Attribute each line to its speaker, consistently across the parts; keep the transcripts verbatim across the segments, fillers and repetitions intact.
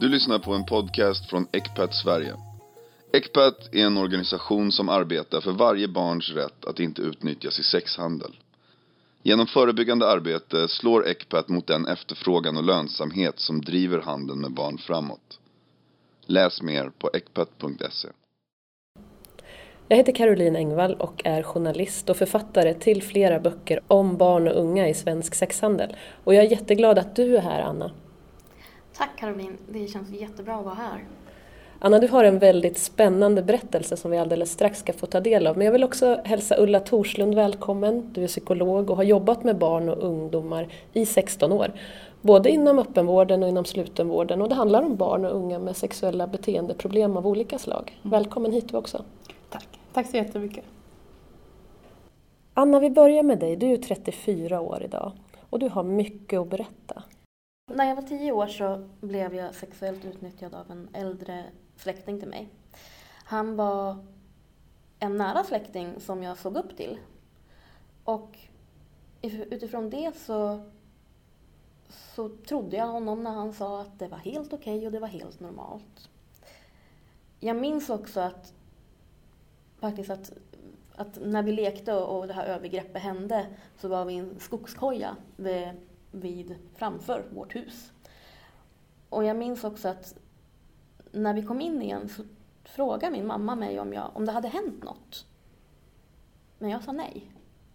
Speaker 1: Du lyssnar på en podcast från Ecpat Sverige. Ecpat är en organisation som arbetar för varje barns rätt att inte utnyttjas i sexhandel. Genom förebyggande arbete slår Ecpat mot den efterfrågan och lönsamhet som driver handeln med barn framåt. Läs mer på ecpat punkt se.
Speaker 2: Jag heter Caroline Engvall och är journalist och författare till flera böcker om barn och unga i svensk sexhandel. Och jag är jätteglad att du är här, Anna.
Speaker 3: Tack Caroline, det känns jättebra att vara här.
Speaker 2: Anna, du har en väldigt spännande berättelse som vi alldeles strax ska få ta del av. Men jag vill också hälsa Ulla Torslund välkommen. Du är psykolog och har jobbat med barn och ungdomar i sexton år. Både inom öppenvården och inom slutenvården. Och det handlar om barn och unga med sexuella beteendeproblem av olika slag. Mm. Välkommen hit du också.
Speaker 4: Tack. Tack så jättemycket.
Speaker 2: Anna, vi börjar med dig. Du är trettiofyra år idag och du har mycket att berätta.
Speaker 3: När jag var tio år så blev jag sexuellt utnyttjad av en äldre släkting till mig. Han var en nära släkting som jag såg upp till. Och utifrån det så, så trodde jag honom när han sa att det var helt okej och det var helt normalt. Jag minns också att faktiskt att, att när vi lekte och det här övergreppet hände så var vi i en skogskoja vid, vid framför vårt hus. Och jag minns också att när vi kom in igen så frågade min mamma mig om, jag, om det hade hänt något. Men jag sa nej.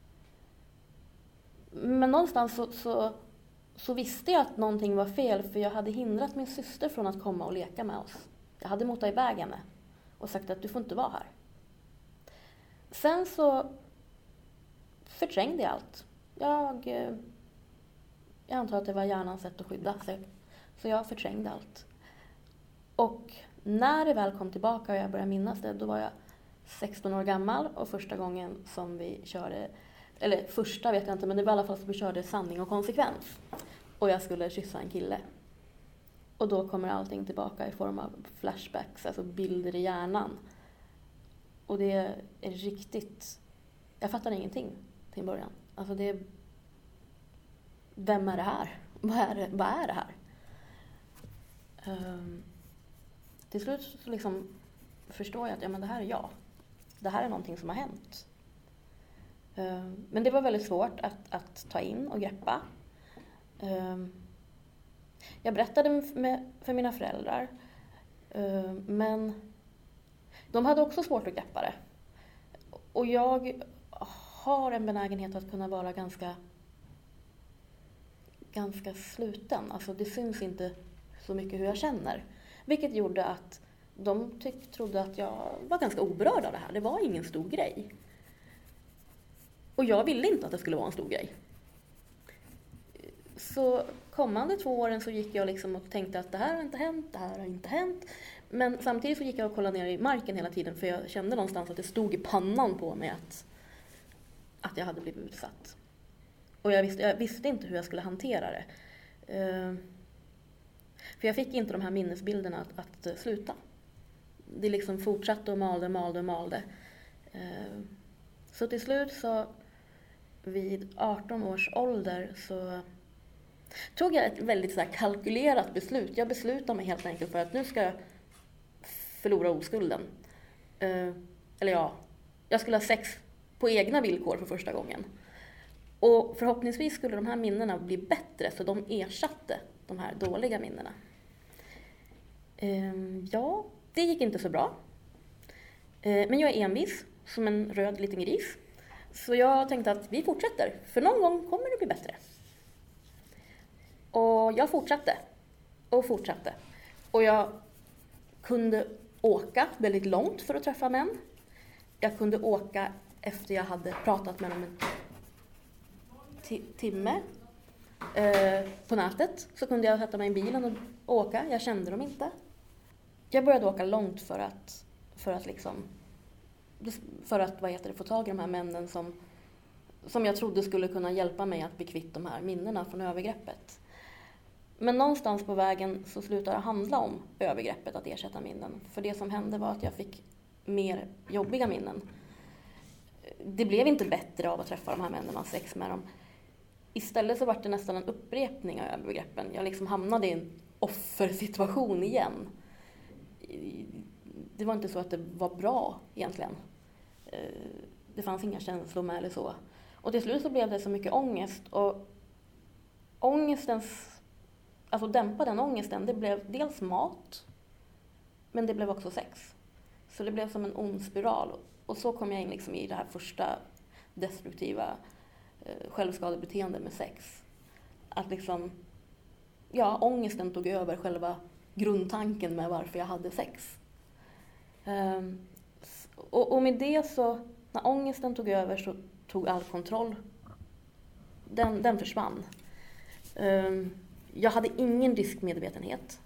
Speaker 3: Men någonstans så, så, så visste jag att någonting var fel för jag hade hindrat min syster från att komma och leka med oss. Jag hade motat iväg henne och sagt att du får inte vara här. Sen så förträngde jag allt. Jag, jag antar att det var hjärnans sätt att skydda sig. Så jag förträngde allt. Och när det väl kom tillbaka och jag började minnas det, då var jag sexton år gammal och första gången som vi körde, eller första vet jag inte, men det var i alla fall som vi körde sanning och konsekvens. Och jag skulle kyssa en kille. Och då kommer allting tillbaka i form av flashbacks, alltså bilder i hjärnan. Och det är riktigt, jag fattar ingenting till början. Alltså det är, vem är det här? Vad är det, vad är det här? Um, till slut så liksom förstår jag att ja, men det här är jag. Det här är någonting som har hänt. Um, men det var väldigt svårt att, att ta in och greppa. Um, jag berättade med, för mina föräldrar. Um, men de hade också svårt att greppa det. Och jag har en benägenhet att kunna vara ganska, ganska sluten. Alltså det syns inte så mycket hur jag känner. Vilket gjorde att de tyck, trodde att jag var ganska oberörd av det här. Det var ingen stor grej. Och jag ville inte att det skulle vara en stor grej. Så kommande två åren så gick jag liksom och tänkte att det här har inte hänt, det här har inte hänt. Men samtidigt så gick jag och kollade ner i marken hela tiden för jag kände någonstans att det stod i pannan på mig att, att jag hade blivit utsatt. Och jag visste, jag visste inte hur jag skulle hantera det. Uh, för jag fick inte de här minnesbilderna att, att sluta. Det liksom fortsatte och malde, malde och malde. Uh, så till slut så vid arton års ålder så tog jag ett väldigt så här kalkylerat beslut. Jag beslutade mig helt enkelt för att nu ska jag förlora oskulden. Uh, eller ja, jag skulle ha sex på egna villkor för första gången. Och förhoppningsvis skulle de här minnena bli bättre så de ersatte de här dåliga minnena. Uh, ja, det gick inte så bra. Uh, men jag är envis som en röd liten gris. Så jag tänkte att vi fortsätter. För någon gång kommer det bli bättre. Och jag fortsatte. Och fortsatte. Och jag kunde åka väldigt långt för att träffa män. Jag kunde åka efter jag hade pratat med dem en t- timme eh, på nätet. Så kunde jag sätta mig i bilen och åka. Jag kände dem inte. Jag började åka långt för att, för att liksom... För att vad heter det, få tag i de här männen som, som jag trodde skulle kunna hjälpa mig att bli kvitt de här minnena från övergreppet. Men någonstans på vägen så slutade det handla om övergreppet att ersätta minnen. För det som hände var att jag fick mer jobbiga minnen. Det blev inte bättre av att träffa de här männen och ha sex med dem. Istället så var det nästan en upprepning av övergreppen. Jag liksom hamnade i en offersituation igen. Det var inte så att det var bra egentligen. Det fanns inga känslor med eller så. Och till slut så blev det så mycket ångest. Och ångestens, alltså dämpa den ångesten, det blev dels mat, men det blev också sex. Så det blev som en ond spiral. Och så kom jag in liksom i det här första destruktiva eh, självskadebeteende med sex. Att liksom, ja, ångesten tog över själva grundtanken med varför jag hade sex. Um, och, och med det så, när ångesten tog över så tog all kontroll. Den, den försvann. Um, jag hade ingen riskmedvetenhet.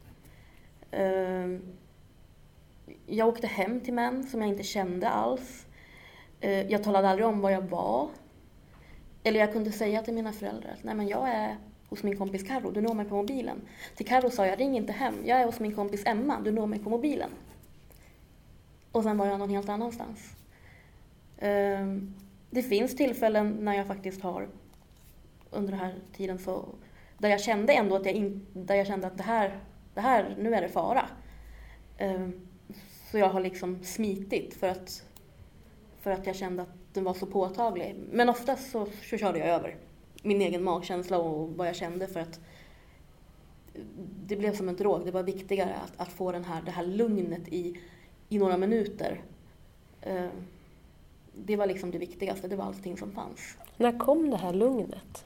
Speaker 3: Um, jag åkte hem till män som jag inte kände alls. Uh, jag talade aldrig om vad jag var. Eller jag kunde säga till mina föräldrar att nej, men jag är hos min kompis Karo, du når mig på mobilen. Till Karo sa jag, ring inte hem, jag är hos min kompis Emma, du når mig på mobilen. Och sen var jag någon helt annanstans. Um, det finns tillfällen när jag faktiskt har under den här tiden så, där jag kände ändå att jag, in, där jag kände att det här, det här, nu är det fara. Um, så jag har liksom smitit för att, för att jag kände att den var så påtaglig. Men oftast så, så körde jag över min egen magkänsla och vad jag kände, för att det blev som en drog. Det var viktigare att, att få den här, det här lugnet i, i några minuter. Uh, det var liksom det viktigaste, det var allting som fanns.
Speaker 2: När kom det här lugnet?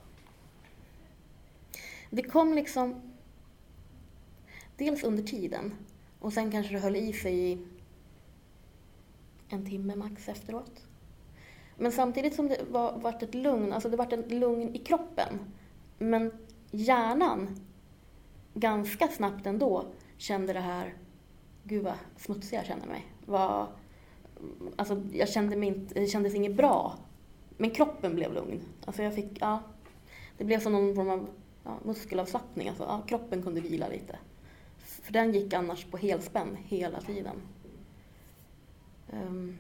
Speaker 3: Det kom liksom dels under tiden, och sen kanske det höll i sig i en timme max efteråt. Men samtidigt som det var vart ett lugn, alltså det vart ett lugn i kroppen, men hjärnan ganska snabbt ändå kände det här, gud vad smutsig jag kände mig. Var, alltså jag kände mig inte, det kändes inget bra, men kroppen blev lugn. Alltså jag fick, ja, det blev som någon form av ja, muskelavslappning, alltså ja, kroppen kunde vila lite. För den gick annars på helspänn hela tiden. Um,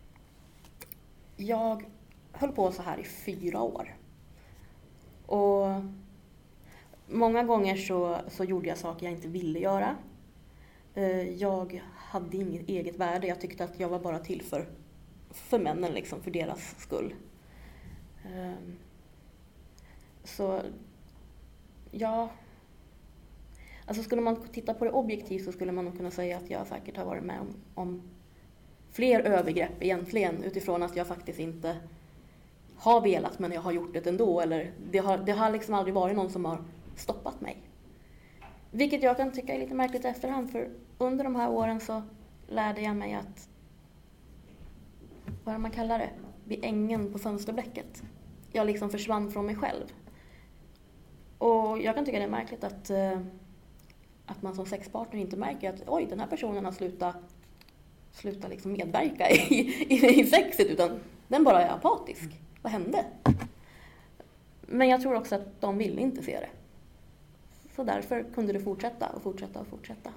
Speaker 3: jag höll på så här i fyra år. Och många gånger så, så gjorde jag saker jag inte ville göra. Uh, jag hade inget eget värde. Jag tyckte att jag var bara till för, för männen, liksom, för deras skull. Um, så ja... Alltså skulle man titta på det objektivt så skulle man nog kunna säga att jag säkert har varit med om, om fler övergrepp egentligen, utifrån att jag faktiskt inte har velat, men jag har gjort det ändå. Eller det har, det har liksom aldrig varit någon som har stoppat mig. Vilket jag kan tycka är lite märkligt i efterhand, för under de här åren så lärde jag mig att, vad man kallar det, vid ängen på fönsterblecket. Jag liksom försvann från mig själv. Och jag kan tycka det är märkligt att att man som sexpartner inte märker att oj, den här personen har slutat, slutat liksom medverka i, i, i sexet, utan den bara är apatisk. Vad hände? Men jag tror också att de ville inte se det. Så därför kunde det fortsätta och fortsätta och fortsätta.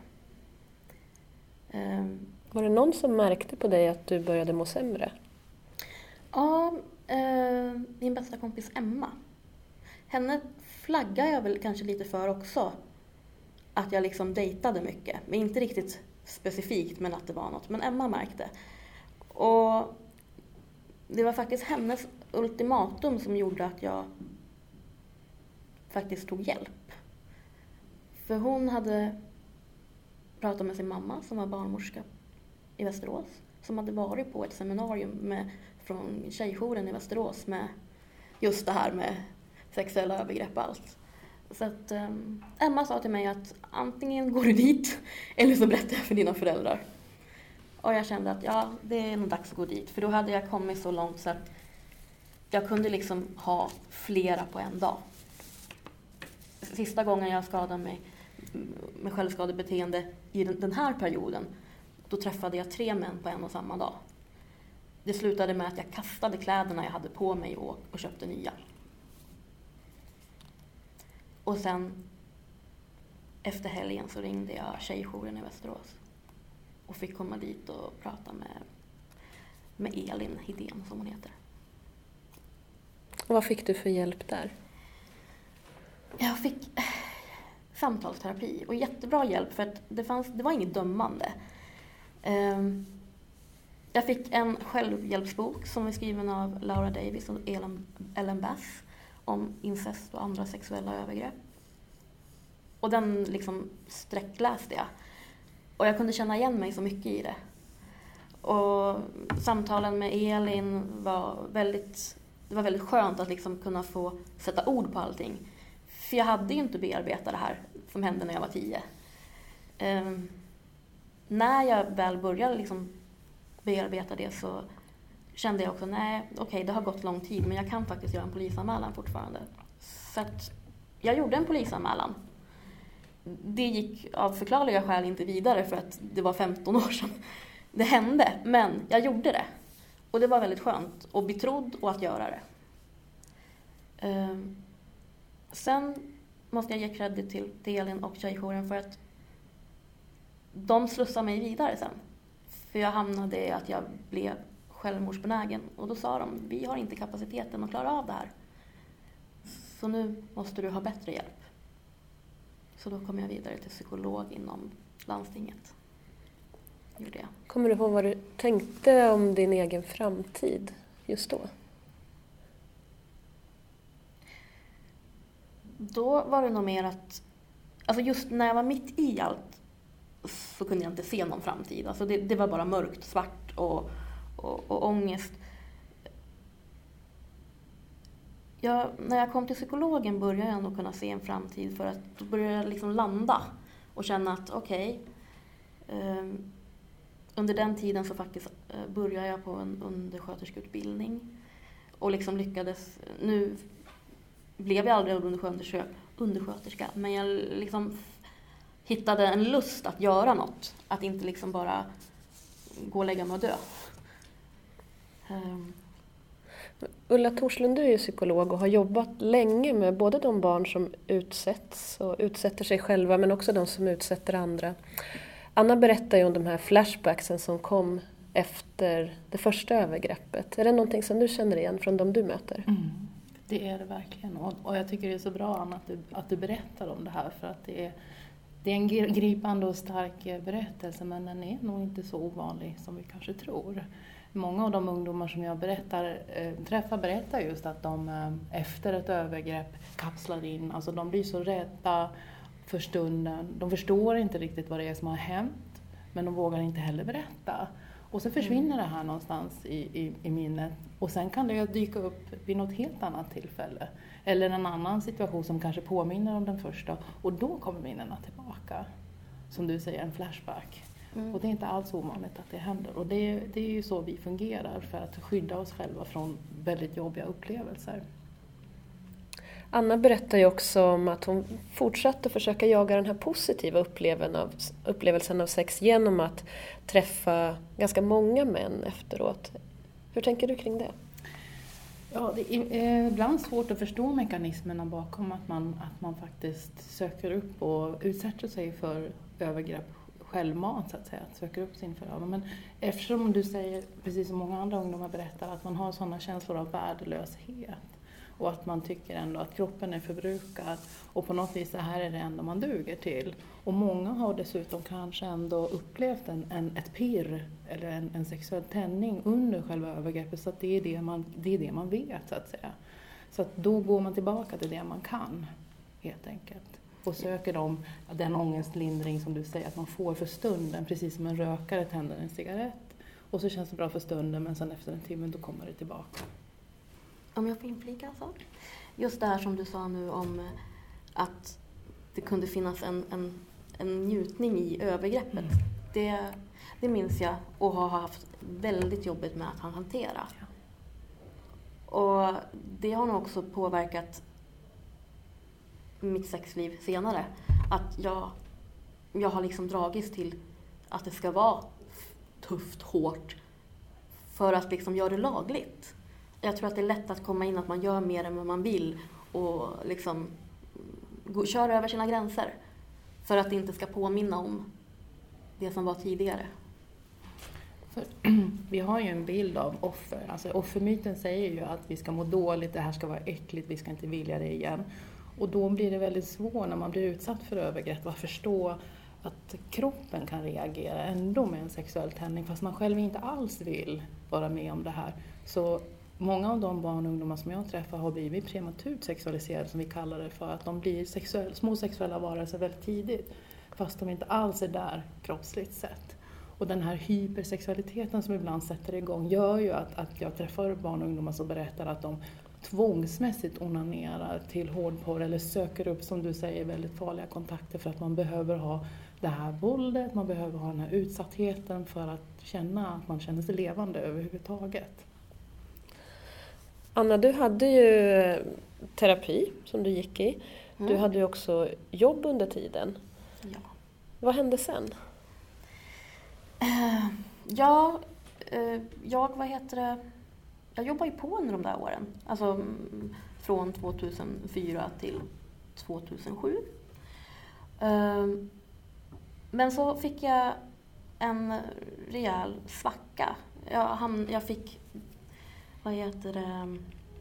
Speaker 3: Um,
Speaker 2: Var det någon som märkte på dig att du började må sämre?
Speaker 3: Ja, uh, min bästa kompis Emma. Henne flaggar jag väl kanske lite för också. Att jag liksom dejtade mycket. Men inte riktigt specifikt, men att det var något. Men Emma märkte. Och det var faktiskt hennes ultimatum som gjorde att jag faktiskt tog hjälp. För hon hade pratat med sin mamma som var barnmorska i Västerås. Som hade varit på ett seminarium med, från tjejjouren i Västerås med just det här med sexuella övergrepp och allt. Så att um, Emma sa till mig att antingen går du dit eller så berättar jag för dina föräldrar. Och jag kände att ja, det är nog dags att gå dit. För då hade jag kommit så långt så att jag kunde liksom ha flera på en dag. Sista gången jag skadade mig med självskadebeteende i den här perioden, då träffade jag tre män på en och samma dag. Det slutade med att jag kastade kläderna jag hade på mig och, och köpte nya. Och sen efter helgen så ringde jag tjejjouren i Västerås och fick komma dit och prata med, med Elin Hidén, som hon heter.
Speaker 2: Och vad fick du för hjälp där?
Speaker 3: Jag fick samtalsterapi och jättebra hjälp för att det, fanns, det var inget dömande. Um, jag fick en självhjälpsbok som är skriven av Laura Davis och Ellen, Ellen Bass om incest och andra sexuella övergrepp. Och den liksom sträckläste jag. Och jag kunde känna igen mig så mycket i det. Och samtalen med Elin var väldigt, det var väldigt skönt att liksom kunna få sätta ord på allting. För jag hade ju inte bearbetat det här som hände när jag var tio. Um, när jag väl började liksom bearbeta det så kände jag också, nej okej okay, det har gått lång tid men jag kan faktiskt göra en polisanmälan fortfarande. Så att jag gjorde en polisanmälan. Det gick av förklarliga skäl inte vidare för att det var femton år sedan det hände. Men jag gjorde det. Och det var väldigt skönt att bli trodd och att göra det. Um, sen måste jag ge credit till Elin och tjejjouren för att de slussade mig vidare sen. För jag hamnade i att jag blev självmordsbenägen. Och då sa de, vi har inte kapaciteten att klara av det här. Så nu måste du ha bättre hjälp. Så då kom jag vidare till psykolog inom landstinget. Gjorde jag.
Speaker 2: Kommer du ihåg vad du tänkte om din egen framtid just då?
Speaker 3: Då var det nog mer att, alltså just när jag var mitt i allt så kunde jag inte se någon framtid. Alltså det, det var bara mörkt, svart och, och, och ångest. Jag, när jag kom till psykologen började jag ändå kunna se en framtid för att då började jag liksom landa och känna att okej, okay, eh, under den tiden så faktiskt eh, började jag på en undersköterskeutbildning och liksom lyckades, nu blev jag aldrig undersköterska, undersköterska men jag liksom hittade en lust att göra något, att inte liksom bara gå och lägga mig och dö. Um,
Speaker 2: Ulla Torslund, du är ju psykolog och har jobbat länge med både de barn som utsätts och utsätter sig själva men också de som utsätter andra. Anna berättar ju om de här flashbacksen som kom efter det första övergreppet. Är det någonting som du känner igen från de du möter?
Speaker 4: Mm, det är det verkligen. Och, och jag tycker det är så bra, Anna, att du, att du berättar om det här. För att det är, det är en gripande och stark berättelse, men den är nog inte så ovanlig som vi kanske tror. Många av de ungdomar som jag berättar, äh, träffar berättar just att de äh, efter ett övergrepp kapslar in. Alltså de blir så rädda för stunden. De förstår inte riktigt vad det är som har hänt, men de vågar inte heller berätta. Och så försvinner det här någonstans i, i, i minnet. Och sen kan det dyka upp vid något helt annat tillfälle. Eller en annan situation som kanske påminner om den första. Och då kommer minnena tillbaka. Som du säger, en flashback. Mm. Och det är inte alls ovanligt att det händer. Och det, det är ju så vi fungerar för att skydda oss själva från väldigt jobbiga upplevelser.
Speaker 2: Anna berättar ju också om att hon fortsatte försöka jaga den här positiva upplevelsen av, upplevelsen av sex genom att träffa ganska många män efteråt. Hur tänker du kring det?
Speaker 4: Ja, det är ibland svårt att förstå mekanismerna bakom att man, att man faktiskt söker upp och utsätter sig för övergrepp självmant, så att säga, att söka upp sin förövare. Men eftersom du säger, precis som många andra ungdomar berättar, att man har sådana känslor av värdelöshet och att man tycker ändå att kroppen är förbrukad och på något vis det här är det enda man duger till. Och många har dessutom kanske ändå upplevt en, en, ett pirr eller en, en sexuell tändning under själva övergreppet, så att det är det, man, det är det man vet, så att säga. Så att då går man tillbaka till det man kan, helt enkelt. Och söker de, den ångestlindring som du säger att man får för stunden, precis som en rökare tänder en cigarett. Och så känns det bra för stunden, men sen efter en timme då kommer det tillbaka.
Speaker 3: Om jag får inflika alltså. Just det här som du sa nu om att det kunde finnas en, en, en njutning i övergreppet. Mm. Det, det minns jag och har haft väldigt jobbigt med att hantera. Ja. Och det har nog också påverkat mitt sexliv senare. Att jag, jag har liksom dragits till att det ska vara tufft, hårt för att liksom göra det lagligt. Jag tror att det är lätt att komma in att man gör mer än vad man vill och liksom kör över sina gränser för att det inte ska påminna om det som var tidigare.
Speaker 4: För, vi har ju en bild av offer. Alltså, offermyten säger ju att vi ska må dåligt, det här ska vara äckligt, vi ska inte vilja det igen. Och då blir det väldigt svårt när man blir utsatt för övergrepp att förstå att kroppen kan reagera ändå med en sexuell tändning fast man själv inte alls vill vara med om det här. Så många av de barn och ungdomar som jag träffar har blivit prematurt sexualiserade, som vi kallar det, för att de blir sexuell, små sexuella varelser väldigt tidigt fast de inte alls är där kroppsligt sett. Och den här hypersexualiteten som ibland sätter igång gör ju att, att jag träffar barn och ungdomar som berättar att de tvångsmässigt onanerar till hårdporr eller söker upp, som du säger, väldigt farliga kontakter för att man behöver ha det här våldet, man behöver ha den här utsattheten för att känna att man känner sig levande överhuvudtaget.
Speaker 2: Anna, du hade ju terapi som du gick i. Du
Speaker 3: Mm.
Speaker 2: hade ju också jobb under tiden.
Speaker 3: Ja.
Speaker 2: Vad hände sen?
Speaker 3: Eh, ja, eh, jag, vad heter det, jag jobbar ju på under de där åren. Alltså mm, från tvåtusenfyra till tvåtusensju. Eh, men så fick jag en rejäl svacka. Jag, ham- jag fick, vad heter det,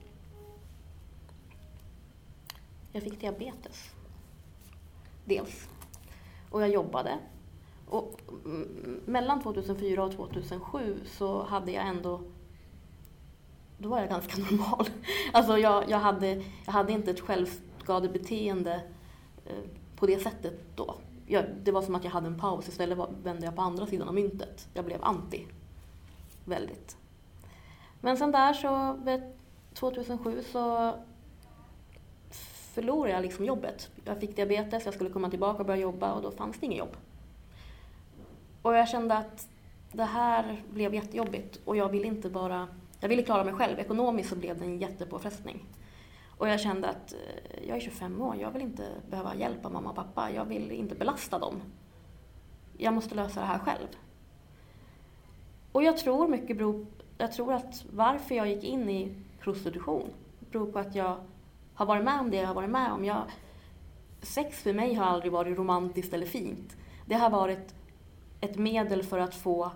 Speaker 3: jag fick diabetes. Dels. Och jag jobbade. Och mm, mellan tvåtusenfyra och tvåtusensju så hade jag ändå, då var jag ganska normal. Alltså jag, jag, hade, jag hade inte ett självskadebeteende eh, på det sättet då. Jag, det var som att jag hade en paus, istället var, vände jag på andra sidan av myntet. Jag blev anti. Väldigt. Men sen där så, tvåtusensju så förlorade jag liksom jobbet. Jag fick diabetes, jag skulle komma tillbaka och börja jobba och då fanns det inget jobb. Och jag kände att det här blev jättejobbigt och jag ville inte bara, jag ville klara mig själv. Ekonomiskt så blev det en jättepåfrestning. Och jag kände att jag är tjugofem år, jag vill inte behöva hjälpa mamma och pappa. Jag vill inte belasta dem. Jag måste lösa det här själv. Och jag tror mycket beror, jag tror att varför jag gick in i prostitution beror på att jag har varit med om det jag har varit med om. Jag, sex för mig har aldrig varit romantiskt eller fint. Det har varit ett medel för att få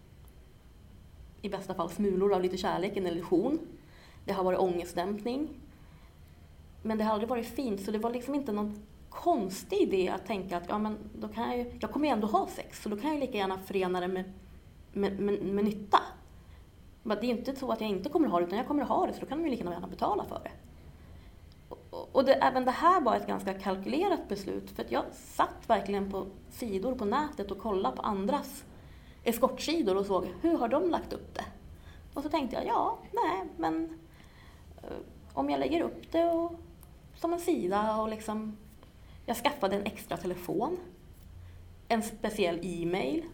Speaker 3: i bästa fall smulor av lite kärlek, en illusion. Det har varit ångestdämpning. Men det har aldrig varit fint, så det var liksom inte någon konstig idé att tänka att ja, men då kan jag, ju, jag kommer ju ändå ha sex, så då kan jag lika gärna förena det med, med, med, med nytta. Men det är inte så att jag inte kommer ha det, utan jag kommer ha det, så då kan de ju lika gärna betala för det. Och, och det, även det här var ett ganska kalkylerat beslut, för att jag satt verkligen på sidor på nätet och kollade på andras eskortsidor och såg hur har de lagt upp det. Och så tänkte jag, ja, nej, men uh, om jag lägger upp det och, som en sida och liksom, jag skaffade en extra telefon, en speciell e-mail.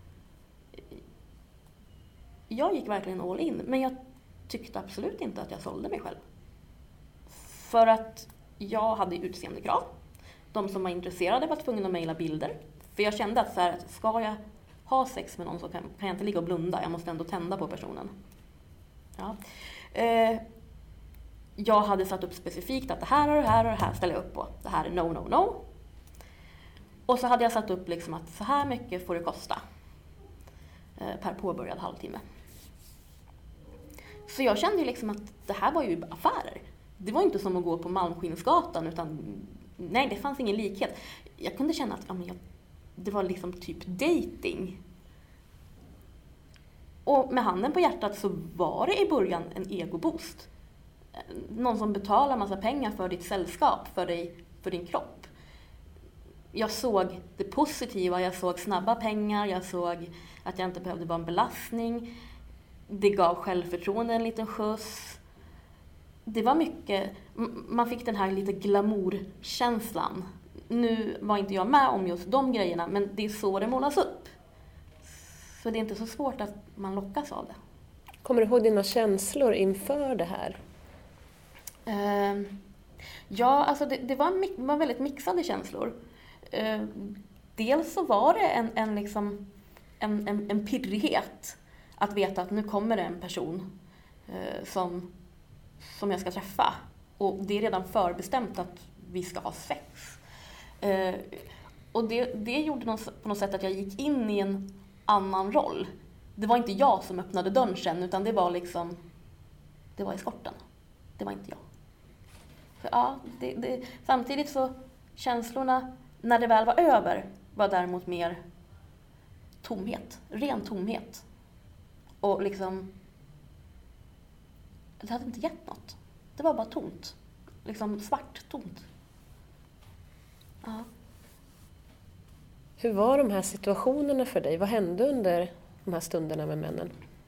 Speaker 3: Jag gick verkligen all in, men jag tyckte absolut inte att jag sålde mig själv. För att jag hade utseendekrav. De som var intresserade var tvungna att mejla bilder. För jag kände att så här, ska jag ha sex med någon så kan, kan jag inte ligga och blunda. Jag måste ändå tända på personen. Ja. Eh, jag hade satt upp specifikt att det här och det här och det här ställer jag upp på. Det här är no, no, no. Och så hade jag satt upp liksom att så här mycket får det kosta eh, per påbörjad halvtimme. Så jag kände ju liksom att det här var ju affärer. Det var inte som att gå på Malmskinsgatan, utan nej, det fanns ingen likhet. Jag kunde känna att ja, men jag, det var liksom typ dating. Och med handen på hjärtat så var det i början en egoboost. Någon som betalar massa pengar för ditt sällskap, för dig, för din kropp. Jag såg det positiva, jag såg snabba pengar, jag såg att jag inte behövde vara en belastning. Det gav självförtroende en liten skjuts. Det var mycket, man fick den här lite glamourkänslan. Nu var inte jag med om just de grejerna, men det är så det målas upp. Så det är inte så svårt att man lockas av det.
Speaker 2: Kommer du ihåg dina känslor inför det här?
Speaker 3: Uh, ja, alltså det, det, var, det var väldigt mixade känslor. Uh, dels så var det en, en, liksom, en, en, en pirrighet att veta att nu kommer det en person uh, som... som jag ska träffa. Och det är redan förbestämt att vi ska ha sex. Eh, och det, det gjorde något, på något sätt att jag gick in i en annan roll. Det var inte jag som öppnade dörren sen, utan det var liksom, det var eskorten. Det var inte jag. För, ja, det, det, samtidigt så känslorna, när det väl var över, var däremot mer tomhet. Ren tomhet. Och liksom, det hade inte gett något. Det var bara tomt. Liksom svart, tomt. Ja.
Speaker 2: Hur var de här situationerna för dig? Vad hände under de här stunderna med männen?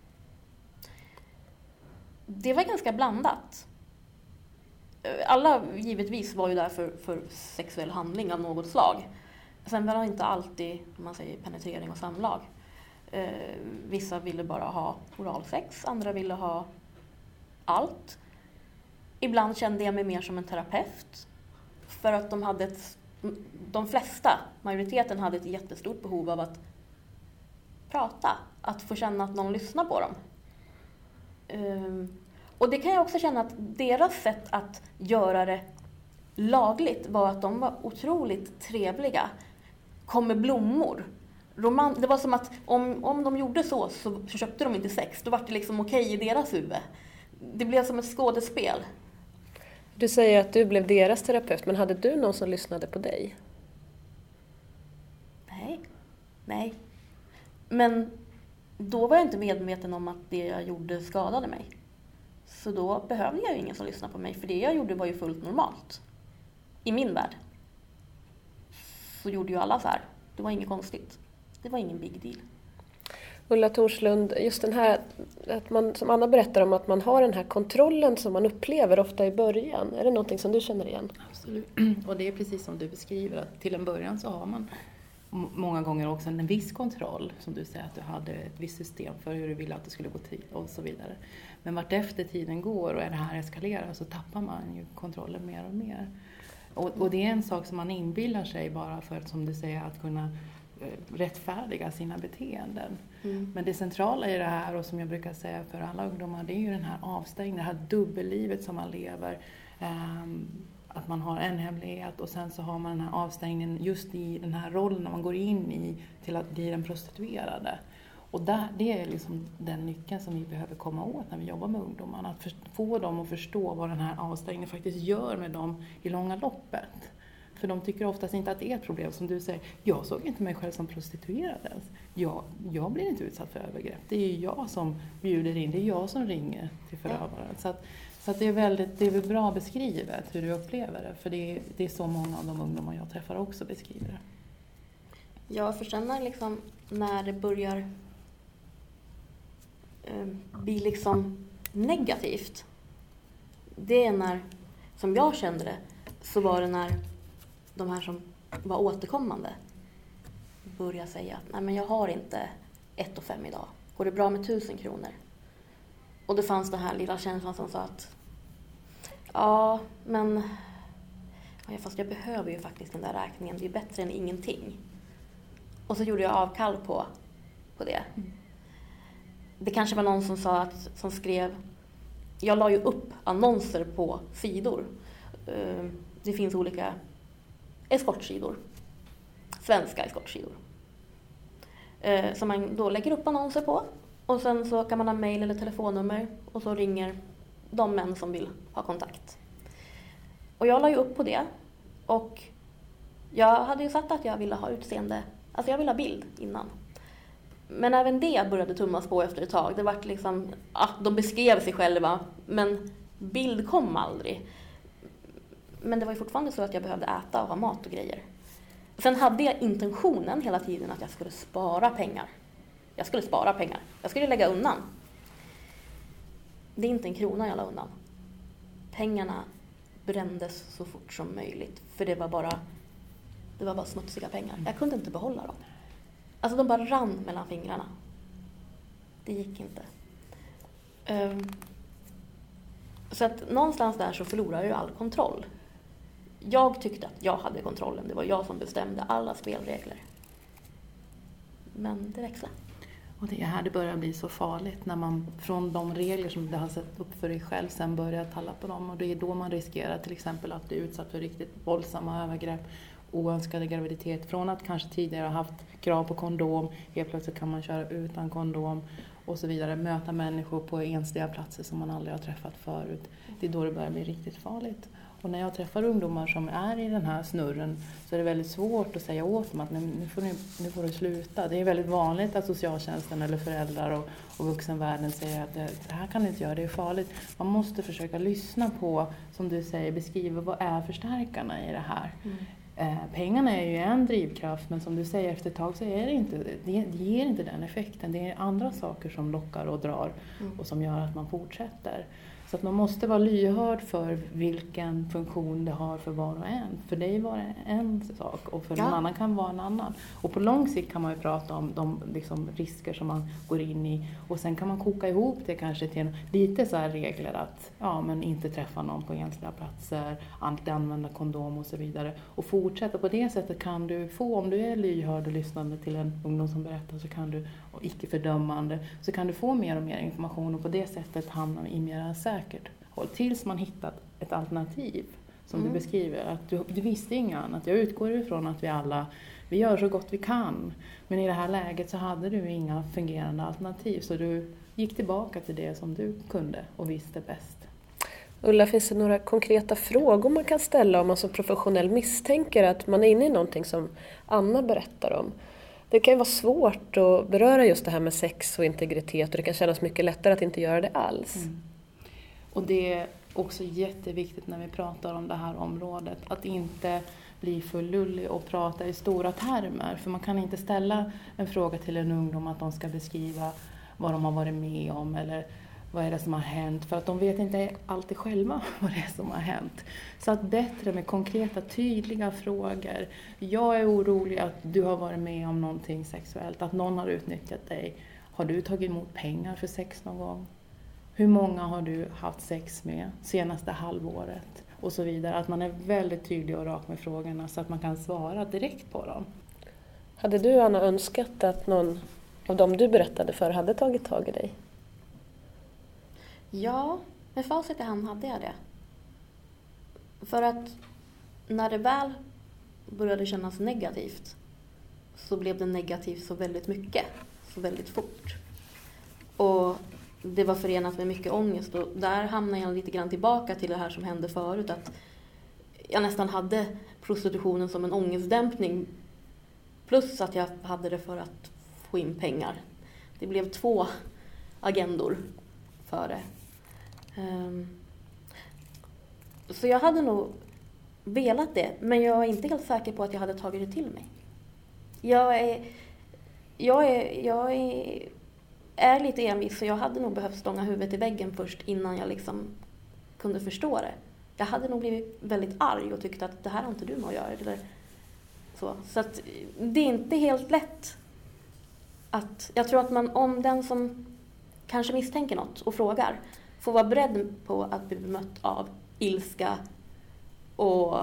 Speaker 3: Det var ganska blandat. Alla givetvis var ju där för, för sexuell handling av något slag. Sen var det inte alltid, om man säger, penetrering och samlag. Eh, vissa ville bara ha oralsex, andra ville ha allt. Ibland kände jag mig mer som en terapeut. För att de hade ett, de flesta, majoriteten hade ett jättestort behov av att prata. Att få känna att någon lyssnar på dem. Eh, och det kan jag också känna att deras sätt att göra det lagligt var att de var otroligt trevliga. Kom med blommor. Roman- det var som att om, om de gjorde så, så så köpte de inte sex. Då var det liksom okej i deras huvud. Det blev som ett skådespel.
Speaker 2: Du säger att du blev deras terapeut, men hade du någon som lyssnade på dig?
Speaker 3: Nej. Nej. Men då var jag inte medveten om att det jag gjorde skadade mig. Så då behövde jag ju ingen som lyssnade på mig. För det jag gjorde var ju fullt normalt. I min värld. Så gjorde ju alla så här. Det var inget konstigt. Det var ingen big deal.
Speaker 2: Ulla Thorslund, just den här, att man, som Anna berättar om, att man har den här kontrollen som man upplever ofta i början. Är det någonting som du känner igen?
Speaker 4: Absolut. Och det är precis som du beskriver, att till en början så har man m- många gånger också en viss kontroll. Som du säger, att du hade ett visst system för hur du ville att det skulle gå till och så vidare. Men vart efter tiden går och är det här eskalerar, så tappar man ju kontrollen mer och mer. Och, och det är en sak som man inbillar sig bara för att, som du säger, att kunna rättfärdiga sina beteenden. Mm. Men det centrala i det här, och som jag brukar säga för alla ungdomar, det är ju den här avstängningen, det här dubbellivet som man lever. Um, att man har en hemlighet och sen så har man den här avstängningen just i den här rollen när man går in i till att bli den prostituerade. Och där, det är liksom den nyckeln som vi behöver komma åt när vi jobbar med ungdomarna. Att för, få dem att förstå vad den här avstängningen faktiskt gör med dem i långa loppet. För de tycker oftast inte att det är ett problem. Som du säger, jag såg inte mig själv som prostituerad ens. Jag, jag blir inte utsatt för övergrepp. Det är ju jag som bjuder in, det är jag som ringer till förövaren. Så, att, så att det är väldigt det är väl bra beskrivet hur du upplever det. För det är, det är så många av de ungdomar jag träffar också beskriver det.
Speaker 3: Jag förstår liksom när det börjar eh, bli liksom negativt. Det är när, som jag kände det, så var det när de här som var återkommande började säga att nej, men jag har inte ett och fem idag. Går det bra med tusen kronor? Och det fanns den här lilla känslan som sa att ja, men ja, fast jag behöver ju faktiskt den där räkningen. Det är bättre än ingenting. Och så gjorde jag avkall på, på det. Mm. Det kanske var någon som sa att, som skrev, jag la ju upp annonser på sidor. Det finns olika eskortsidor. Svenska eskortsidor. Som man då lägger upp annonser på. Och sen så kan man ha mejl eller telefonnummer. Och så ringer de män som vill ha kontakt. Och jag la ju upp på det. Och jag hade ju sagt att jag ville ha utseende. Alltså jag ville ha bild innan. Men även det började tummas på efter ett tag. Det var liksom, ja, de beskrev sig själva. Men bild kom aldrig. Men det var ju fortfarande så att jag behövde äta och ha mat och grejer. Sen hade jag intentionen hela tiden att jag skulle spara pengar. Jag skulle spara pengar. Jag skulle lägga undan. Det är inte en krona jag la undan. Pengarna brändes så fort som möjligt. För det var bara, det var bara smutsiga pengar. Jag kunde inte behålla dem. Alltså de bara rann mellan fingrarna. Det gick inte. Um, så att någonstans där så förlorade jag all kontroll. Jag tyckte att jag hade kontrollen. Det var jag som bestämde alla spelregler. Men det växlade.
Speaker 4: Och det är här det börjar bli så farligt. När man från de regler som du har sett upp för dig själv sen börjar talla på dem. Och det är då man riskerar till exempel att bli utsatt för riktigt våldsamma övergrepp. Oönskade graviditet. Från att kanske tidigare ha haft krav på kondom. Helt plötsligt kan man köra utan kondom. Och så vidare. Möta människor på ensliga platser som man aldrig har träffat förut. Det är då det börjar bli riktigt farligt. Och när jag träffar ungdomar som är i den här snurren så är det väldigt svårt att säga åt dem att nu, nu, får, ni, nu får du sluta. Det är väldigt vanligt att socialtjänsten eller föräldrar och, och vuxenvärlden säger att det, det här kan du inte göra, det är farligt. Man måste försöka lyssna på, som du säger, beskriva vad är förstärkarna i det här. Mm. Eh, pengarna är ju en drivkraft, men som du säger, efter ett tag så är det inte, det, det ger inte den effekten. Det är andra saker som lockar och drar mm. och som gör att man fortsätter. Så att man måste vara lyhörd för vilken funktion det har för var och en. För dig var det en sak och för ja. någon annan kan vara en annan. Och på lång sikt kan man ju prata om de liksom, risker som man går in i. Och sen kan man koka ihop det kanske till en, lite så här regler att ja, men inte träffa någon på ensliga platser, alltid använda kondom och så vidare. Och fortsätta på det sättet kan du få, om du är lyhörd och lyssnande till en ungdom som berättar, så kan du, och icke fördömande, så kan du få mer och mer information och på det sättet hamna i mer säkert håll tills man hittat ett alternativ som mm. du beskriver. Att du, du visste inget annat. Jag utgår ifrån att vi alla, vi gör så gott vi kan. Men i det här läget så hade du inga fungerande alternativ. Så du gick tillbaka till det som du kunde och visste bäst.
Speaker 2: Ulla, finns det några konkreta frågor man kan ställa om man som professionell misstänker att man är inne i någonting som Anna berättar om? Det kan ju vara svårt att beröra just det här med sex och integritet och det kan kännas mycket lättare att inte göra det alls. Mm.
Speaker 4: Och det är också jätteviktigt när vi pratar om det här området att inte bli för lullig och prata i stora termer. För man kan inte ställa en fråga till en ungdom att de ska beskriva vad de har varit med om eller vad är det som har hänt. För att de vet inte alltid själva vad det är som har hänt. Så att bättre med konkreta, tydliga frågor. Jag är orolig att du har varit med om någonting sexuellt. Att någon har utnyttjat dig. Har du tagit emot pengar för sex någon gång? Hur många har du haft sex med senaste halvåret? Och så vidare. Att man är väldigt tydlig och rak med frågorna så att man kan svara direkt på dem.
Speaker 2: Hade du, Anna, önskat att någon av dem du berättade för hade tagit tag i dig?
Speaker 3: Ja, med facit i hand hade jag det. För att när det väl började kännas negativt så blev det negativt så väldigt mycket, så väldigt fort. Och det var förenat med mycket ångest och där hamnade jag lite grann tillbaka till det här som hände förut. Att jag nästan hade prostitutionen som en ångestdämpning plus att jag hade det för att få in pengar. Det blev två agendor för det. Um, så jag hade nog velat det, men jag är inte helt säker på att jag hade tagit det till mig. Jag är, jag är, jag är, är lite envis så jag hade nog behövt stånga huvudet i väggen först innan jag liksom kunde förstå det. Jag hade nog blivit väldigt arg och tyckt att det här har inte du med att göra. Eller så så att det är inte helt lätt. Att, jag tror att man, om den som kanske misstänker något och frågar får vara beredd på att bli bemött av ilska och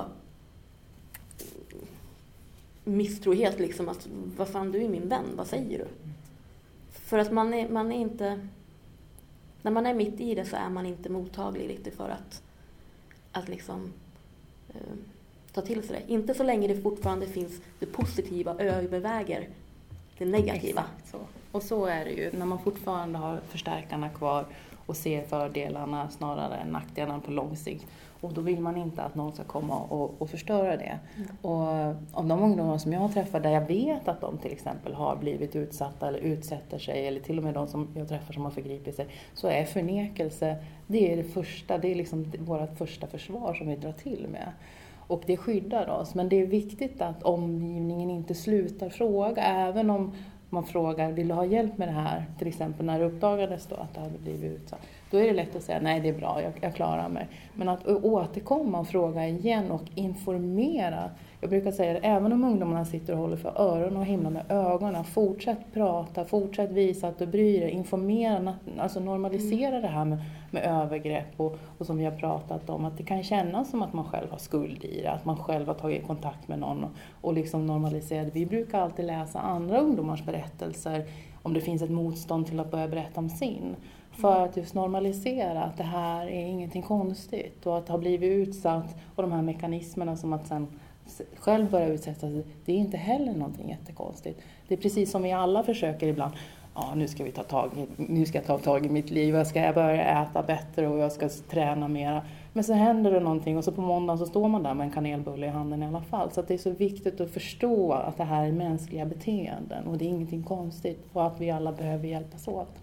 Speaker 3: misstrohet liksom att vad fan, du är min vän, vad säger du? För att man är, man är inte, när man är mitt i det så är man inte mottaglig riktigt för att att liksom eh, ta till sig det. Inte så länge det fortfarande finns det positiva överväger det negativa.
Speaker 4: Exakt så. Och så är det ju när man fortfarande har förstärkarna kvar och ser fördelarna snarare än nackdelarna på lång sikt. Och då vill man inte att någon ska komma och, och förstöra det. Mm. Och av de ungdomar som jag träffar där jag vet att de till exempel har blivit utsatta eller utsätter sig eller till och med de som jag träffar som har förgripit sig, så är förnekelse, det är det första, det är liksom vårt första försvar som vi drar till med. Och det skyddar oss. Men det är viktigt att omgivningen inte slutar fråga. Även om man frågar, vill du ha hjälp med det här? Till exempel när det uppdagades då att det hade blivit utsatt. Då är det lätt att säga, nej det är bra, jag, jag klarar mig. Men att återkomma och fråga igen och informera. Jag brukar säga det, även om ungdomarna sitter och håller för öronen och himlar med ögonen. Fortsätt prata, fortsätt visa att du bryr dig. Informera, alltså normalisera mm. det här med, med övergrepp. Och, och som vi har pratat om, att det kan kännas som att man själv har skuld i det. Att man själv har tagit kontakt med någon och, och liksom normalisera det. Vi brukar alltid läsa andra ungdomars berättelser om det finns ett motstånd till att börja berätta om sin. För att just normalisera att det här är ingenting konstigt. Och att ha blivit utsatt och de här mekanismerna som att sen själv börja utsätta sig, det är inte heller någonting jättekonstigt. Det är precis som vi alla försöker ibland. Ja, nu ska vi ta tag i, nu ska jag ta tag i mitt liv. Jag ska börja äta bättre och jag ska träna mera. Men så händer det någonting och så på måndagen så står man där med en kanelbulle i handen i alla fall. Så att det är så viktigt att förstå att det här är mänskliga beteenden och det är ingenting konstigt och att vi alla behöver hjälpas åt.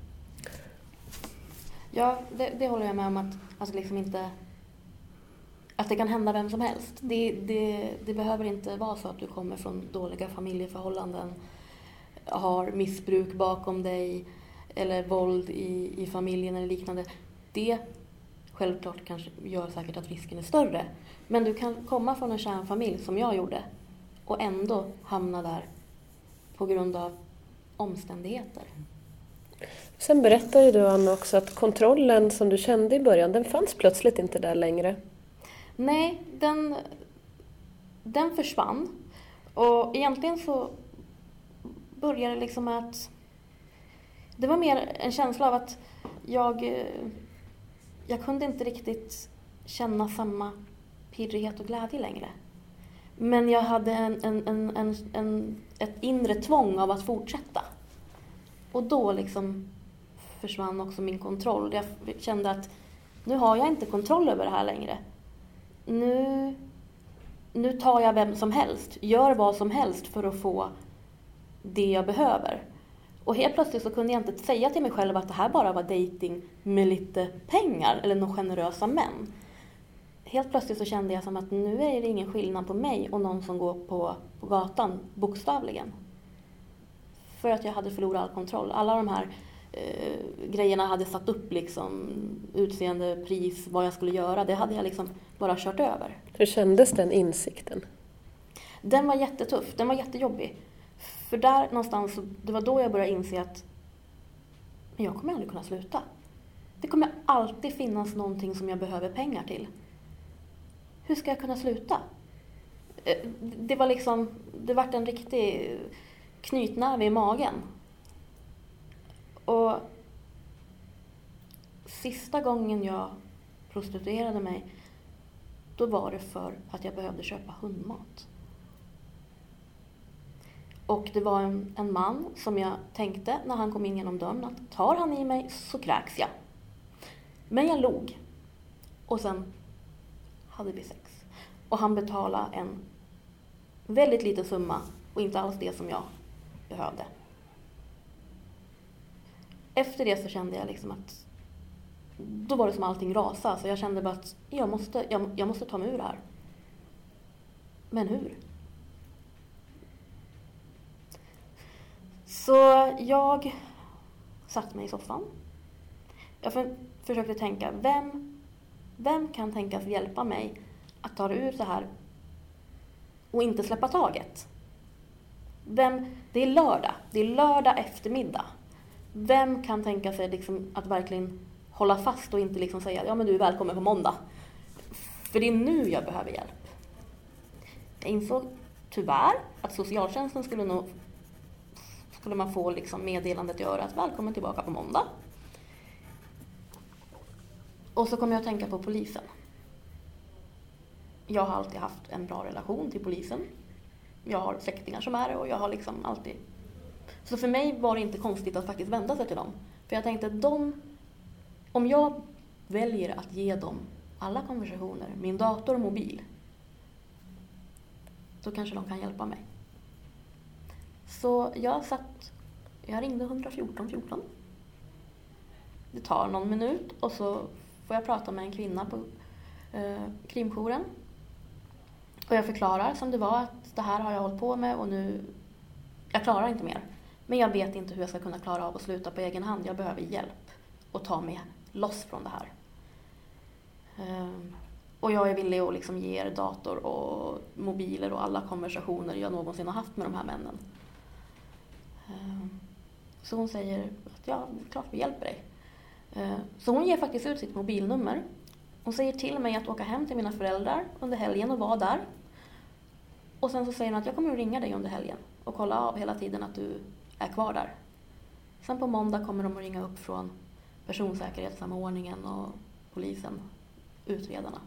Speaker 3: Ja, det, det håller jag med om att alltså liksom inte att det kan hända vem som helst. Det, det, det behöver inte vara så att du kommer från dåliga familjeförhållanden, har missbruk bakom dig eller våld i, i familjen eller liknande. Det självklart kanske gör säkert att risken är större. Men du kan komma från en kärnfamilj som jag gjorde och ändå hamna där på grund av omständigheter.
Speaker 2: Sen berättade ju du, Anna, också att kontrollen som du kände i början, den fanns plötsligt inte där längre.
Speaker 3: Nej, den, den försvann. Och egentligen så började det liksom att det var mer en känsla av att jag, jag kunde inte riktigt känna samma pirrighet och glädje längre. Men jag hade en, en, en, en, en, ett inre tvång av att fortsätta. Och då liksom försvann också min kontroll. Jag kände att nu har jag inte kontroll över det här längre. Nu, nu tar jag vem som helst, gör vad som helst för att få det jag behöver. Och helt plötsligt så kunde jag inte säga till mig själv att det här bara var dating med lite pengar eller några generösa män. Helt plötsligt så kände jag som att nu är det ingen skillnad på mig och någon som går på, på gatan, bokstavligen. För att jag hade förlorat all kontroll. Alla de här eh, grejerna hade satt upp liksom utseende, pris, vad jag skulle göra. Det hade jag liksom bara kört över.
Speaker 2: Hur kändes den insikten?
Speaker 3: Den var jättetuff, den var jättejobbig. För där någonstans, det var då jag började inse att men jag kommer aldrig kunna sluta. Det kommer alltid finnas någonting som jag behöver pengar till. Hur ska jag kunna sluta? Det var liksom, det var en riktig knytnäve i magen. Och sista gången jag prostituerade mig, då var det för att jag behövde köpa hundmat. Och det var en, en man som jag tänkte när han kom in genom dörren att tar han i mig så kräks jag. Men jag log. Och sen hade vi sex. Och han betalade en väldigt liten summa och inte alls det som jag behövde. Efter det så kände jag liksom att då var det som allting rasade. Så jag kände bara att jag måste, jag, jag måste ta mig ur det här. Men hur? Så jag satt mig i soffan. Jag för, försökte tänka, vem, vem kan tänkas hjälpa mig att ta det ur så här och inte släppa taget? Vem, det är lördag, det är lördag eftermiddag. Vem kan tänka sig liksom att verkligen hålla fast och inte liksom säga, ja men du är välkommen på måndag. För det är nu jag behöver hjälp. Jag insåg tyvärr att socialtjänsten skulle nog skulle man få liksom meddelandet i örat, välkommen tillbaka på måndag. Och så kom jag att tänka på polisen. Jag har alltid haft en bra relation till polisen. Jag har släktingar som är det och jag har liksom alltid... Så för mig var det inte konstigt att faktiskt vända sig till dem. För jag tänkte att de... Om jag väljer att ge dem alla konversationer, min dator och mobil, så kanske de kan hjälpa mig. Så jag satt, jag ringde ett fjorton fjorton. Det tar någon minut och så får jag prata med en kvinna på eh, krimjouren. Och jag förklarar som det var att det här har jag hållit på med och nu, jag klarar inte mer. Men jag vet inte hur jag ska kunna klara av att sluta på egen hand. Jag behöver hjälp och ta mig loss från det här. Eh, och jag är villig att liksom ge er dator och mobiler och alla konversationer jag någonsin har haft med de här männen. Så hon säger att ja, klart vi hjälper dig. Så hon ger faktiskt ut sitt mobilnummer. Hon säger till mig att åka hem till mina föräldrar under helgen och vara där. Och sen så säger hon att jag kommer att ringa dig under helgen och kolla av hela tiden att du är kvar där. Sen på måndag kommer de att ringa upp från personsäkerhetssamordningen och polisen, utredarna.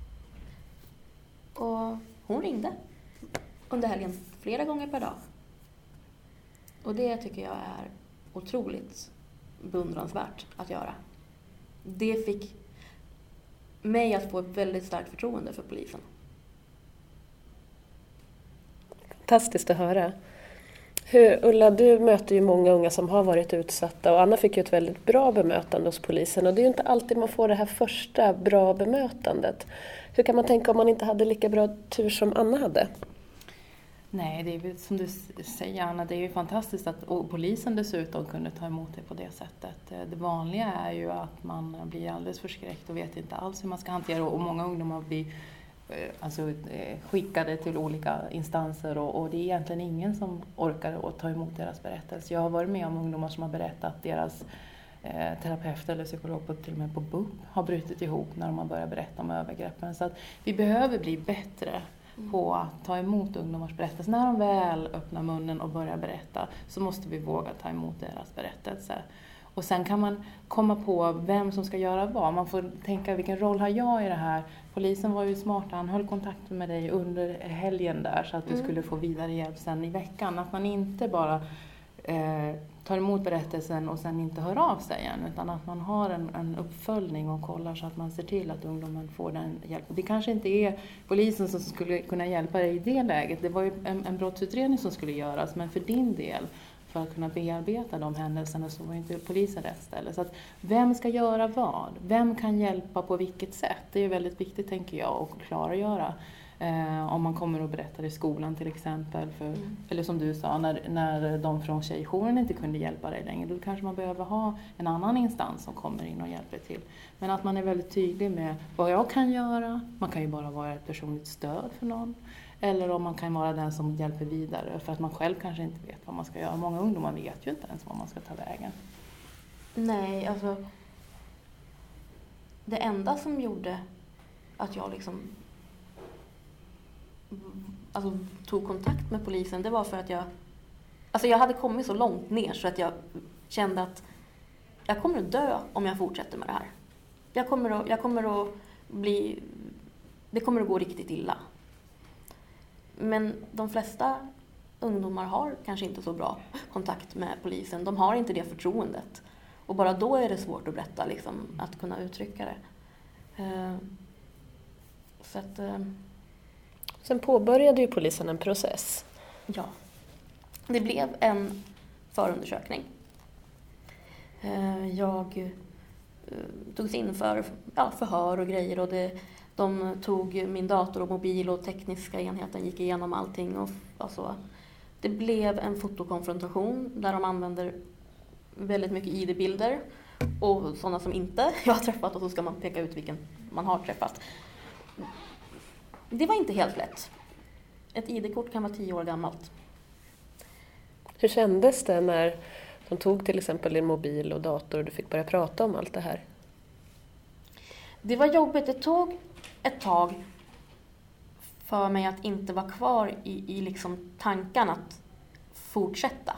Speaker 3: Och hon ringde under helgen flera gånger per dag. Och det tycker jag är otroligt beundransvärt att göra. Det fick, mig att få ett väldigt starkt förtroende för polisen.
Speaker 2: Fantastiskt att höra. Hur, Ulla, du möter ju många unga som har varit utsatta och Anna fick ju ett väldigt bra bemötande hos polisen och det är ju inte alltid man får det här första bra bemötandet. Hur kan man tänka om man inte hade lika bra tur som Anna hade?
Speaker 4: Nej, det är ju som du säger Anna, det är ju fantastiskt att och polisen dessutom kunde ta emot det på det sättet. Det vanliga är ju att man blir alldeles förskräckt och vet inte alls hur man ska hantera och många ungdomar blir alltså, skickade till olika instanser och, och det är egentligen ingen som orkar att ta emot deras berättelse. Jag har varit med om ungdomar som har berättat att deras eh, terapeut eller psykolog på, till och med på B U P har brutit ihop när de har börjat berätta om övergreppen. Så att vi behöver bli bättre på att ta emot ungdomars berättelser. När de väl öppnar munnen och börjar berätta så måste vi våga ta emot deras berättelser. Och sen kan man komma på vem som ska göra vad. Man får tänka vilken roll har jag i det här. Polisen var ju smart, han höll kontakt med dig under helgen där så att du mm. skulle få vidare hjälp sen i veckan. Att man inte bara eh, tar emot berättelsen och sen inte hör av sig igen. Utan att man har en, en uppföljning och kollar så att man ser till att ungdomen får den hjälp. Det kanske inte är polisen som skulle kunna hjälpa dig i det läget. Det var ju en, en brottsutredning som skulle göras, men för din del, för att kunna bearbeta de händelserna, så var inte polisen rätt ställe. Så att vem ska göra vad? Vem kan hjälpa på vilket sätt? Det är väldigt viktigt, tänker jag, att klargöra. Eh, om man kommer och berättar i skolan till exempel. För, mm. Eller som du sa, när, när de från tjejjouren inte kunde hjälpa dig längre. Då kanske man behöver ha en annan instans som kommer in och hjälper till. Men att man är väldigt tydlig med vad jag kan göra. Man kan ju bara vara ett personligt stöd för någon. Eller om man kan vara den som hjälper vidare. För att man själv kanske inte vet vad man ska göra. Många ungdomar vet ju inte ens vad man ska ta vägen.
Speaker 3: Nej, alltså. Det enda som gjorde att jag liksom alltså, tog kontakt med polisen, det var för att jag alltså jag hade kommit så långt ner så att jag kände att jag kommer att dö om jag fortsätter med det här. Jag kommer att, jag kommer att bli det kommer att gå riktigt illa. Men de flesta ungdomar har kanske inte så bra kontakt med polisen. De har inte det förtroendet. Och bara då är det svårt att berätta, liksom, att kunna uttrycka det. Uh, så att, uh,
Speaker 2: Sen påbörjade ju polisen en process.
Speaker 3: Ja. Det blev en förundersökning. Uh, jag uh, togs in för ja, förhör och grejer. Och det, de tog min dator och mobil och tekniska enheten, gick igenom allting. Och, och så. Det blev en fotokonfrontation där de använder väldigt mycket I D-bilder och sådana som inte jag har träffat, och så ska man peka ut vilken man har träffat. Det var inte helt lätt. Ett I D-kort kan vara tio år gammalt.
Speaker 2: Hur kändes det när de tog till exempel din mobil och dator och du fick börja prata om allt det här?
Speaker 3: Det var jobbigt. Det tog ett tag för mig att inte vara kvar i, i liksom tanken att fortsätta.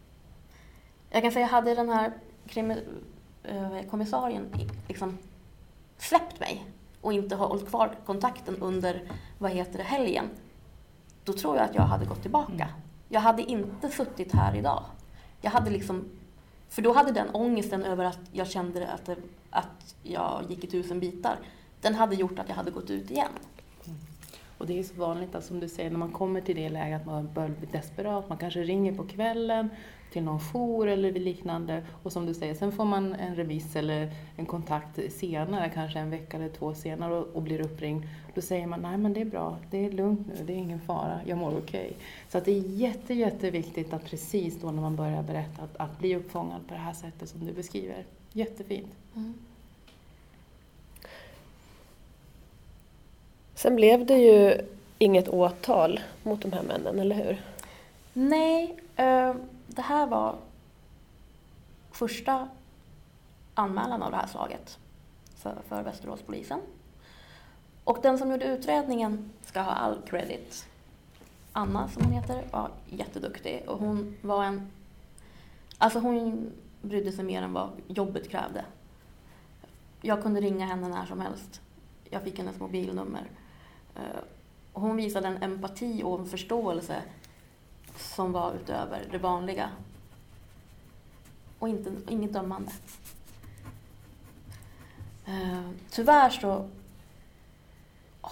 Speaker 3: Jag kan säga, hade den här krimi- kommissarien liksom släppt mig och inte hållit kvar kontakten under, vad heter det, helgen, då tror jag att jag hade gått tillbaka. Jag hade inte suttit här idag. Jag hade liksom, för då hade den ångesten över att jag kände att, det, att jag gick i tusen bitar, den hade gjort att jag hade gått ut igen.
Speaker 4: Mm. Och det är så vanligt att, som du säger, när man kommer till det läget att man börjar bli desperat. Man kanske ringer på kvällen till någon jour eller liknande. Och som du säger, sen får man en remiss eller en kontakt senare, kanske en vecka eller två senare, och, och blir uppringd. Då säger man, nej men det är bra, det är lugnt nu, det är ingen fara, jag mår okej. Så att det är jätte, jätteviktigt att precis då när man börjar berätta att, att bli uppfångad på det här sättet som du beskriver. Jättefint. Mm.
Speaker 2: Sen blev det ju inget åtal mot de här männen, eller hur?
Speaker 3: Nej, eh, det här var första anmälan av det här slaget för, för Västeråspolisen. Och den som gjorde utredningen ska ha all credit. Anna, som hon heter, var jätteduktig. Och hon var en... Alltså hon brydde sig mer än vad jobbet krävde. Jag kunde ringa henne när som helst. Jag fick hennes mobilnummer. Och hon visade en empati och en förståelse som var utöver det vanliga. Och inte, inget dömande. Tyvärr så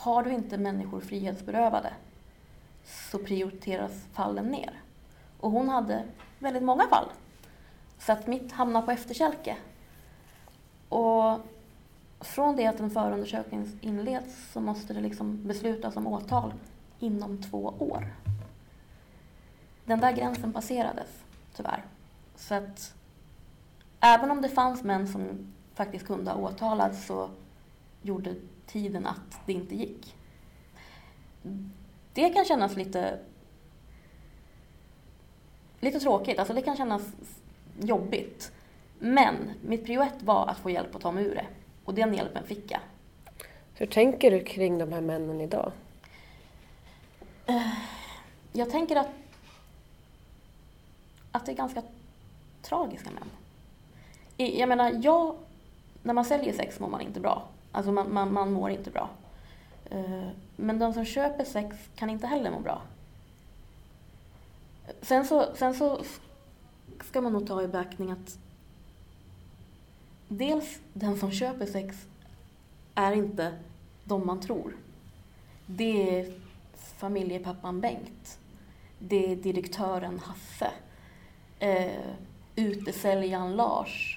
Speaker 3: har du inte människor frihetsberövade så prioriteras fallen ner. Och hon hade väldigt många fall. Så att mitt hamnar på efterkälke. Och från det att en förundersökning inleds så måste det liksom beslutas om åtal inom två år. Den där gränsen passerades, tyvärr. Så att även om det fanns män som faktiskt kunde ha åtalats så gjorde tiden att det inte gick. Det kan kännas lite lite tråkigt, alltså det kan kännas jobbigt. Men mitt prio ett var att få hjälp att ta mig ur det. Och den hjälpen fick jag.
Speaker 2: Hur tänker du kring de här männen idag?
Speaker 3: Jag tänker att att det är ganska tragiska män. Jag menar, jag, när man säljer sex mår man inte bra. Alltså man, man, man mår inte bra. Men de som köper sex kan inte heller må bra. Sen så, sen så ska man nog ta i beaktning att dels den som köper sex är inte de man tror. Det är familjepappan Bengt. Det är direktören Hasse. Eh, utesäljaren Lars.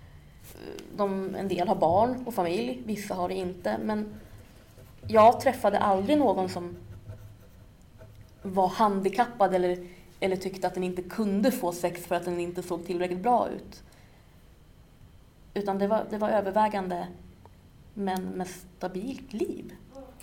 Speaker 3: De, en del har barn och familj, vissa har det inte. Men jag träffade aldrig någon som var handikappad eller, eller tyckte att den inte kunde få sex för att den inte såg tillräckligt bra ut. Utan det var, det var övervägande män med stabilt liv.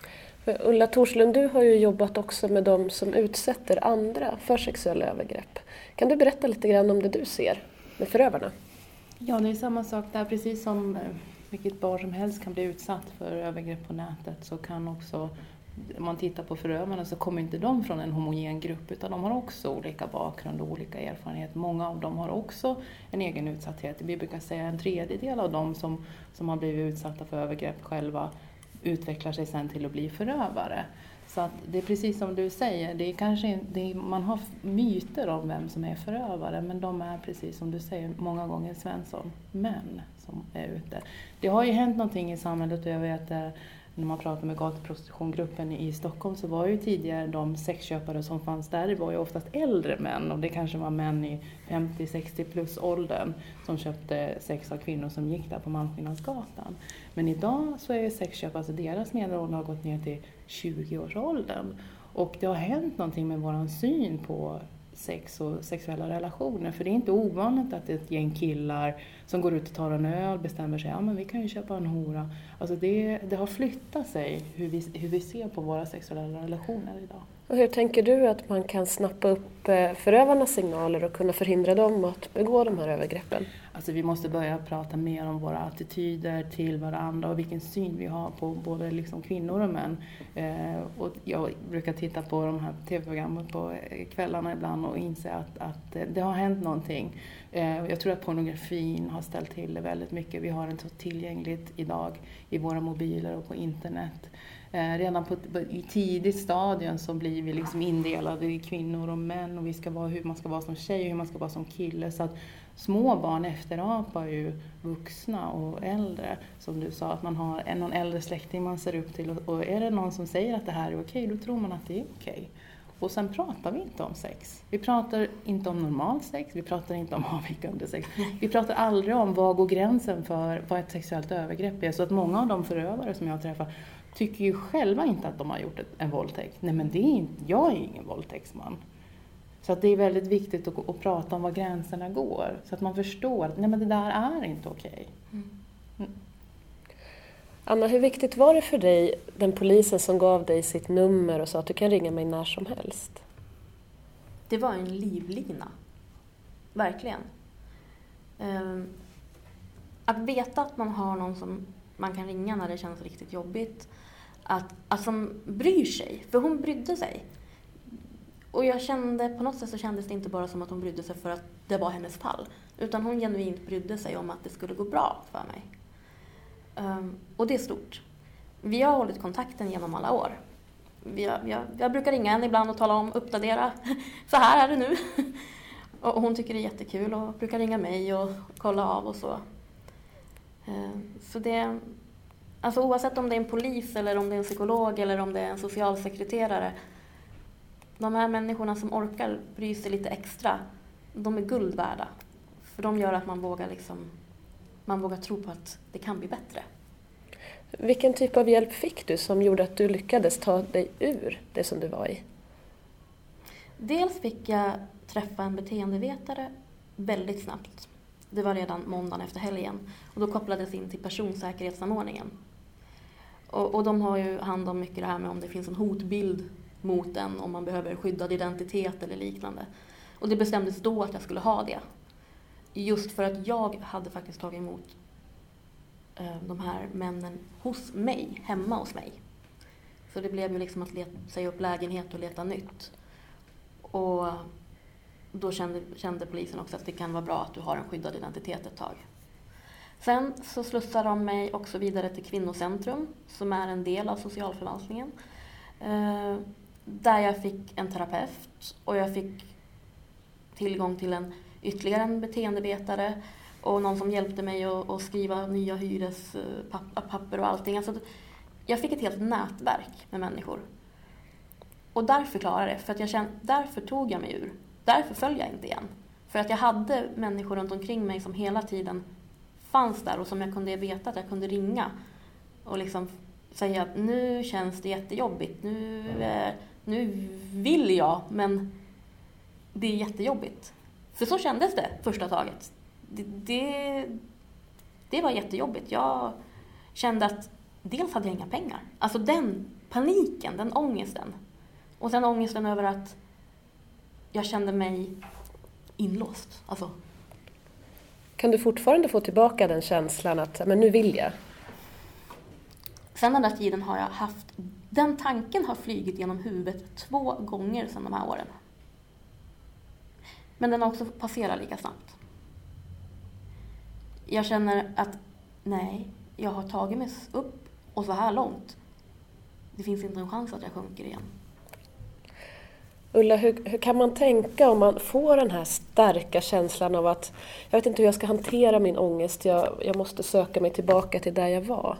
Speaker 2: Ulla Thorslund, du har ju jobbat också med de som utsätter andra för sexuella övergrepp. Kan du berätta lite grann om det du ser med förövarna?
Speaker 4: Ja, det är samma sak där. Precis som vilket barn som helst kan bli utsatt för övergrepp på nätet så kan också, om man tittar på förövarna så kommer inte de från en homogen grupp utan de har också olika bakgrund och olika erfarenhet. Många av dem har också en egen utsatthet. Vi brukar säga en tredjedel av dem som, som har blivit utsatta för övergrepp själva utvecklar sig sen till att bli förövare. Så att det är precis som du säger, det är kanske, det är, man har myter om vem som är förövare, men de är precis som du säger många gånger Svensson, män som är ute. Det har ju hänt någonting i samhället och jag vet när man pratar med gatuprostitutiongruppen i Stockholm så var ju tidigare de sexköpare som fanns där, det var ju oftast äldre män och det kanske var män i femtio sextio plus åldern som köpte sex av kvinnor som gick där på Malmskillnadsgatan. Men idag så är sexköp, alltså deras medelålder har gått ner till tjugo-årsåldern och det har hänt någonting med våran syn på sex och sexuella relationer. För det är inte ovanligt att ett gäng killar som går ut och tar en öl bestämmer sig, ja men vi kan ju köpa en hora. Alltså det, det har flyttat sig hur vi, hur vi ser på våra sexuella relationer idag.
Speaker 2: Och hur tänker du att man kan snappa upp förövarnas signaler och kunna förhindra dem att begå de här övergreppen?
Speaker 4: Alltså vi måste börja prata mer om våra attityder till varandra och vilken syn vi har på både liksom kvinnor och män. Eh, och jag brukar titta på de här tv-programmen på kvällarna ibland och inse att, att det har hänt någonting. Eh, jag tror att pornografin har ställt till det väldigt mycket. Vi har den så tillgängligt idag i våra mobiler och på internet. Eh, redan på, på, i tidigt stadion så blir vi liksom indelade i kvinnor och män och vi ska vara, hur man ska vara som tjej och hur man ska vara som kille. Så att små barn efterapar ju vuxna och äldre. Som du sa, att man har en någon äldre släkting man ser upp till och, och är det någon som säger att det här är okej, då tror man att det är okej. Och sen pratar vi inte om sex. Vi pratar inte om normal sex, vi pratar inte om avvikande sex. Vi pratar aldrig om vad går gränsen för vad ett sexuellt övergrepp är. Så att många av de förövare som jag träffar tycker ju själva inte att de har gjort en våldtäkt. Nej men det är inte, jag är ingen våldtäktsman. Så att det är väldigt viktigt att, att prata om var gränserna går. Så att man förstår att nej men det där är inte okej. Mm. Mm.
Speaker 2: Anna, hur viktigt var det för dig, den polisen som gav dig sitt nummer och sa att du kan ringa mig när som helst?
Speaker 3: Det var en livlina. Verkligen. Um, att veta att man har någon som man kan ringa när det känns riktigt jobbigt. Att, att som bryr sig. För hon brydde sig. Och jag kände, på något sätt så kändes det inte bara som att hon brydde sig för att det var hennes fall. Utan hon genuint brydde sig om att det skulle gå bra för mig. Um, och det är stort. Vi har hållit kontakten genom alla år. Vi har, vi har, jag brukar ringa henne ibland och tala om, uppdatera. Så här är det nu. Och hon tycker det är jättekul och brukar ringa mig och kolla av och så. Um, så det, Alltså oavsett om det är en polis eller om det är en psykolog eller om det är en socialsekreterare. De här människorna som orkar bry sig lite extra, de är guld värda. För de gör att man vågar, liksom, man vågar tro på att det kan bli bättre.
Speaker 2: Vilken typ av hjälp fick du som gjorde att du lyckades ta dig ur det som du var i?
Speaker 3: Dels fick jag träffa en beteendevetare väldigt snabbt. Det var redan måndagen efter helgen. Och då kopplades in till personsäkerhetsanordningen. Och, och de har ju hand om mycket det här med om det finns en hotbild mot en, om man behöver skyddad identitet eller liknande. Och det bestämdes då att jag skulle ha det. Just för att jag hade faktiskt tagit emot eh, de här männen hos mig, hemma hos mig. Så det blev ju liksom att leta, säga upp lägenhet och leta nytt. Och då kände, kände polisen också att det kan vara bra att du har en skyddad identitet ett tag. Sen så slussade de mig också vidare till Kvinnocentrum, som är en del av socialförvaltningen. Eh, där jag fick en terapeut och jag fick tillgång till en ytterligare en beteendevetare och någon som hjälpte mig att, att skriva nya hyrespapper och allting. Alltså, jag fick ett helt nätverk med människor. Och därför klarade jag det, för att jag kände, därför tog jag mig ur. Därför föll jag inte igen. För att jag hade människor runt omkring mig som hela tiden fanns där och som jag kunde veta att jag kunde ringa och liksom säga att nu känns det jättejobbigt, nu, eh, nu vill jag, men det är jättejobbigt. För så kändes det första taget. Det, det, det var jättejobbigt. Jag kände att dels hade jag inga pengar. Alltså den paniken, den ångesten. Och sen ångesten över att jag kände mig inlåst. Alltså.
Speaker 2: Kan du fortfarande få tillbaka den känslan att men nu vill jag?
Speaker 3: Sen den där tiden har jag haft, den tanken har flygit genom huvudet två gånger sedan de här åren. Men den har också passerat lika snabbt. Jag känner att nej, jag har tagit mig upp och så här långt. Det finns inte en chans att jag sjunker igen.
Speaker 2: Ulla, hur, hur kan man tänka om man får den här starka känslan av att jag vet inte hur jag ska hantera min ångest, jag, jag måste söka mig tillbaka till där jag var?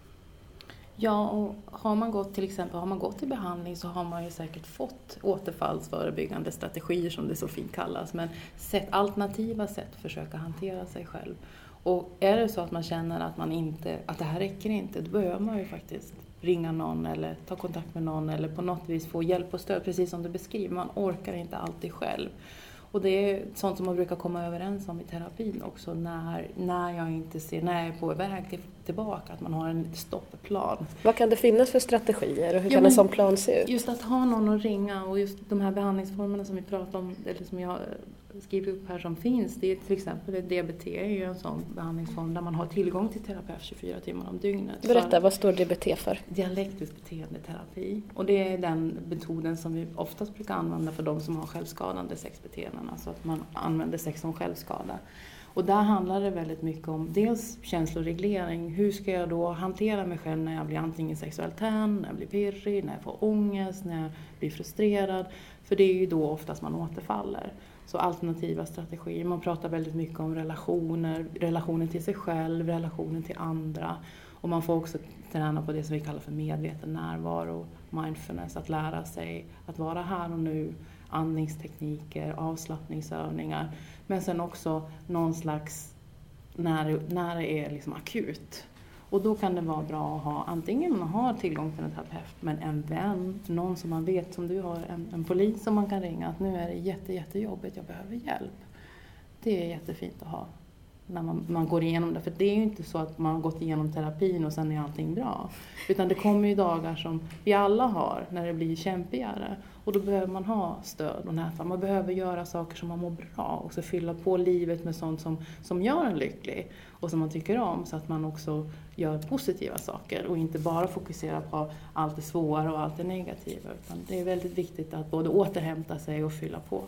Speaker 4: Ja, och har man gått till exempel har man gått i behandling så har man ju säkert fått återfallsförebyggande strategier som det så fint kallas, men sätt, alternativa sätt att försöka hantera sig själv. Och är det så att man känner att man inte, att det här räcker inte, då behöver man ju faktiskt ringa någon eller ta kontakt med någon eller på något vis få hjälp och stöd, precis som du beskriver. Man orkar inte alltid själv. Och det är sånt som man brukar komma överens om i terapin också, när, när jag inte ser, när jag är på väg till, tillbaka, att man har en stoppplan.
Speaker 2: Vad kan det finnas för strategier och hur
Speaker 4: ja,
Speaker 2: kan
Speaker 4: men,
Speaker 2: en sån plan se ut?
Speaker 4: Just att ha någon att ringa och just de här behandlingsformerna som vi pratar om, eller som jag skriver upp här som finns, det är till exempel D B T är ju en sån behandlingsform där man har tillgång till terapeut tjugofyra timmar om dygnet.
Speaker 2: Berätta, vad står D B T för?
Speaker 4: Dialektisk beteendeterapi. Och det är den metoden som vi oftast brukar använda för de som har självskadande sexbeteenden, alltså att man använder sex som självskada. Och där handlar det väldigt mycket om dels känsloreglering. Hur ska jag då hantera mig själv när jag blir antingen sexuellt tänd, när jag blir pirrig, när jag får ångest, när jag blir frustrerad. För det är ju då oftast man återfaller. Så alternativa strategier. Man pratar väldigt mycket om relationer, relationen till sig själv, relationen till andra. Och man får också träna på det som vi kallar för medveten närvaro, mindfulness, att lära sig att vara här och nu, andningstekniker, avslappningsövningar. Men sen också någon slags, när, när det är liksom akut. Och då kan det vara bra att ha, antingen man har tillgång till en terapeut, men en vän, någon som man vet, som du har, en, en polis som man kan ringa, att nu är det jätte, jättejobbigt, jag behöver hjälp. Det är jättefint att ha när man, man går igenom det. För det är ju inte så att man har gått igenom terapin och sen är allting bra. Utan det kommer ju dagar som vi alla har när det blir kämpigare. Och då behöver man ha stöd och nätverk. Man behöver göra saker som man mår bra. Och så fylla på livet med sånt som, som gör en lycklig. Och som man tycker om. Så att man också gör positiva saker. Och inte bara fokuserar på allt det svåra och allt det negativa. Utan det är väldigt viktigt att både återhämta sig och fylla på.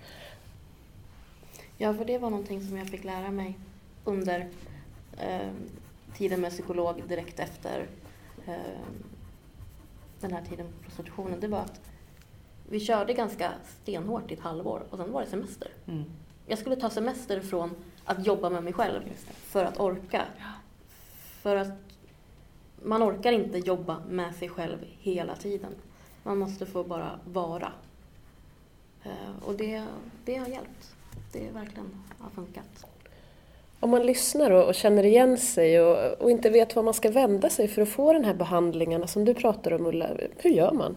Speaker 3: Ja, för det var någonting som jag fick lära mig under eh, tiden med psykolog direkt efter eh, den här tiden på prostitutionen. Det var att vi körde ganska stenhårt i ett halvår och sen var det semester. Mm. Jag skulle ta semester från att jobba med mig själv för att orka. Ja. För att man orkar inte jobba med sig själv hela tiden. Man måste få bara vara. Och det, det har hjälpt. Det verkligen har funkat.
Speaker 2: Om man lyssnar och, och känner igen sig och, och inte vet var man ska vända sig för att få den här behandlingarna som du pratar om, Ulla, hur gör man?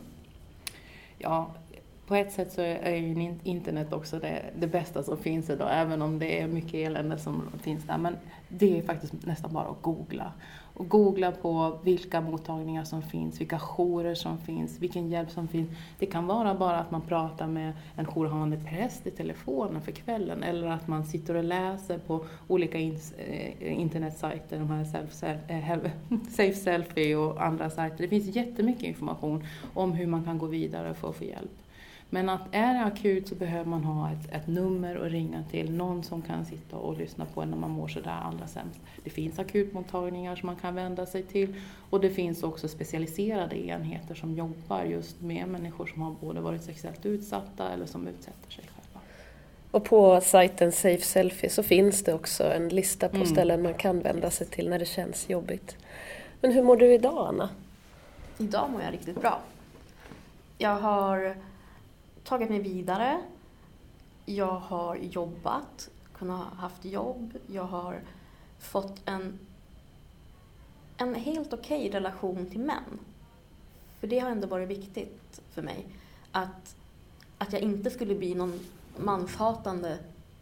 Speaker 4: Ja, på ett sätt så är ju internet också det, det bästa som finns idag, även om det är mycket elände som finns där. Men det är faktiskt nästan bara att googla. Och googla på vilka mottagningar som finns, vilka jourer som finns, vilken hjälp som finns. Det kan vara bara att man pratar med en jourhavande präst i telefonen för kvällen, eller att man sitter och läser på olika internetsajter, de här self, Safe Selfie och andra sajter. Det finns jättemycket information om hur man kan gå vidare för att få hjälp. Men att är det akut så behöver man ha ett, ett nummer att ringa till. Någon som kan sitta och lyssna på när man mår så där allra sämst. Det finns akutmottagningar som man kan vända sig till. Och det finns också specialiserade enheter som jobbar just med människor som har både varit sexuellt utsatta eller som utsätter sig själva.
Speaker 2: Och på sajten Safe Selfie så finns det också en lista på
Speaker 4: Mm.
Speaker 2: ställen man kan vända sig till när det känns jobbigt. Men hur mår du idag, Anna?
Speaker 3: Idag mår jag riktigt bra. Jag har tagit mig vidare. Jag har jobbat, kunnat haft jobb. Jag har fått en, en helt okej relation till män. För det har ändå varit viktigt för mig. Att, att jag inte skulle bli någon manshatande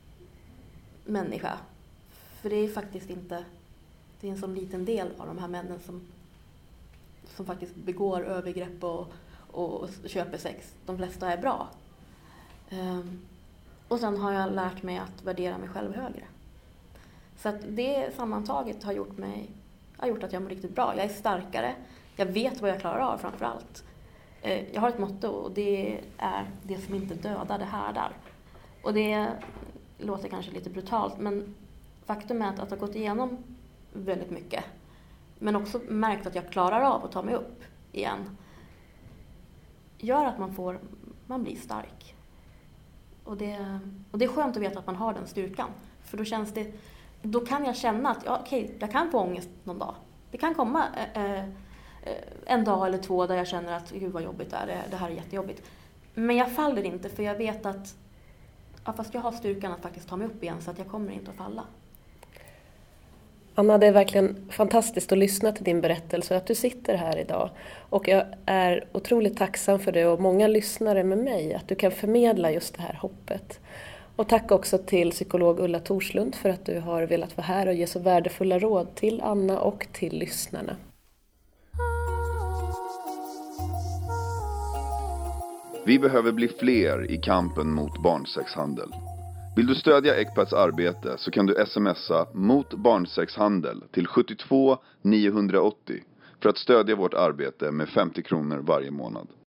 Speaker 3: människa. För det är faktiskt inte, det är en så liten del av de här männen som, som faktiskt begår övergrepp och och köper sex. De flesta är bra. Um, och sen har jag lärt mig att värdera mig själv högre. Så att det sammantaget har gjort mig har gjort att jag mår riktigt bra. Jag är starkare. Jag vet vad jag klarar av framför allt. Uh, jag har ett motto och det är det som inte dödar, det härdar. Och det låter kanske lite brutalt, men faktum är att, att jag har gått igenom väldigt mycket. Men också märkt att jag klarar av att ta mig upp igen. Gör att man får man blir stark. Och det och det är skönt att veta att man har den styrkan, för då känns det då kan jag känna att ja, okej, jag kan få ångest någon dag. Det kan komma eh, eh, en dag eller två där jag känner att gud vad jobbigt det är, det, det här är jättejobbigt. Men jag faller inte, för jag vet att ja, fast jag har styrkan att faktiskt ta mig upp igen, så att jag kommer inte att falla.
Speaker 2: Anna, det är verkligen fantastiskt att lyssna till din berättelse och att du sitter här idag. Och jag är otroligt tacksam för det, och många lyssnare med mig, att du kan förmedla just det här hoppet. Och tack också till psykolog Ulla Torslund för att du har velat vara här och ge så värdefulla råd till Anna och till lyssnarna.
Speaker 1: Vi behöver bli fler i kampen mot barnsexhandel. Vill du stödja Ecpats arbete så kan du smsa mot barnsexhandel till sjuttiotvå niohundraåttio för att stödja vårt arbete med femtio kronor varje månad.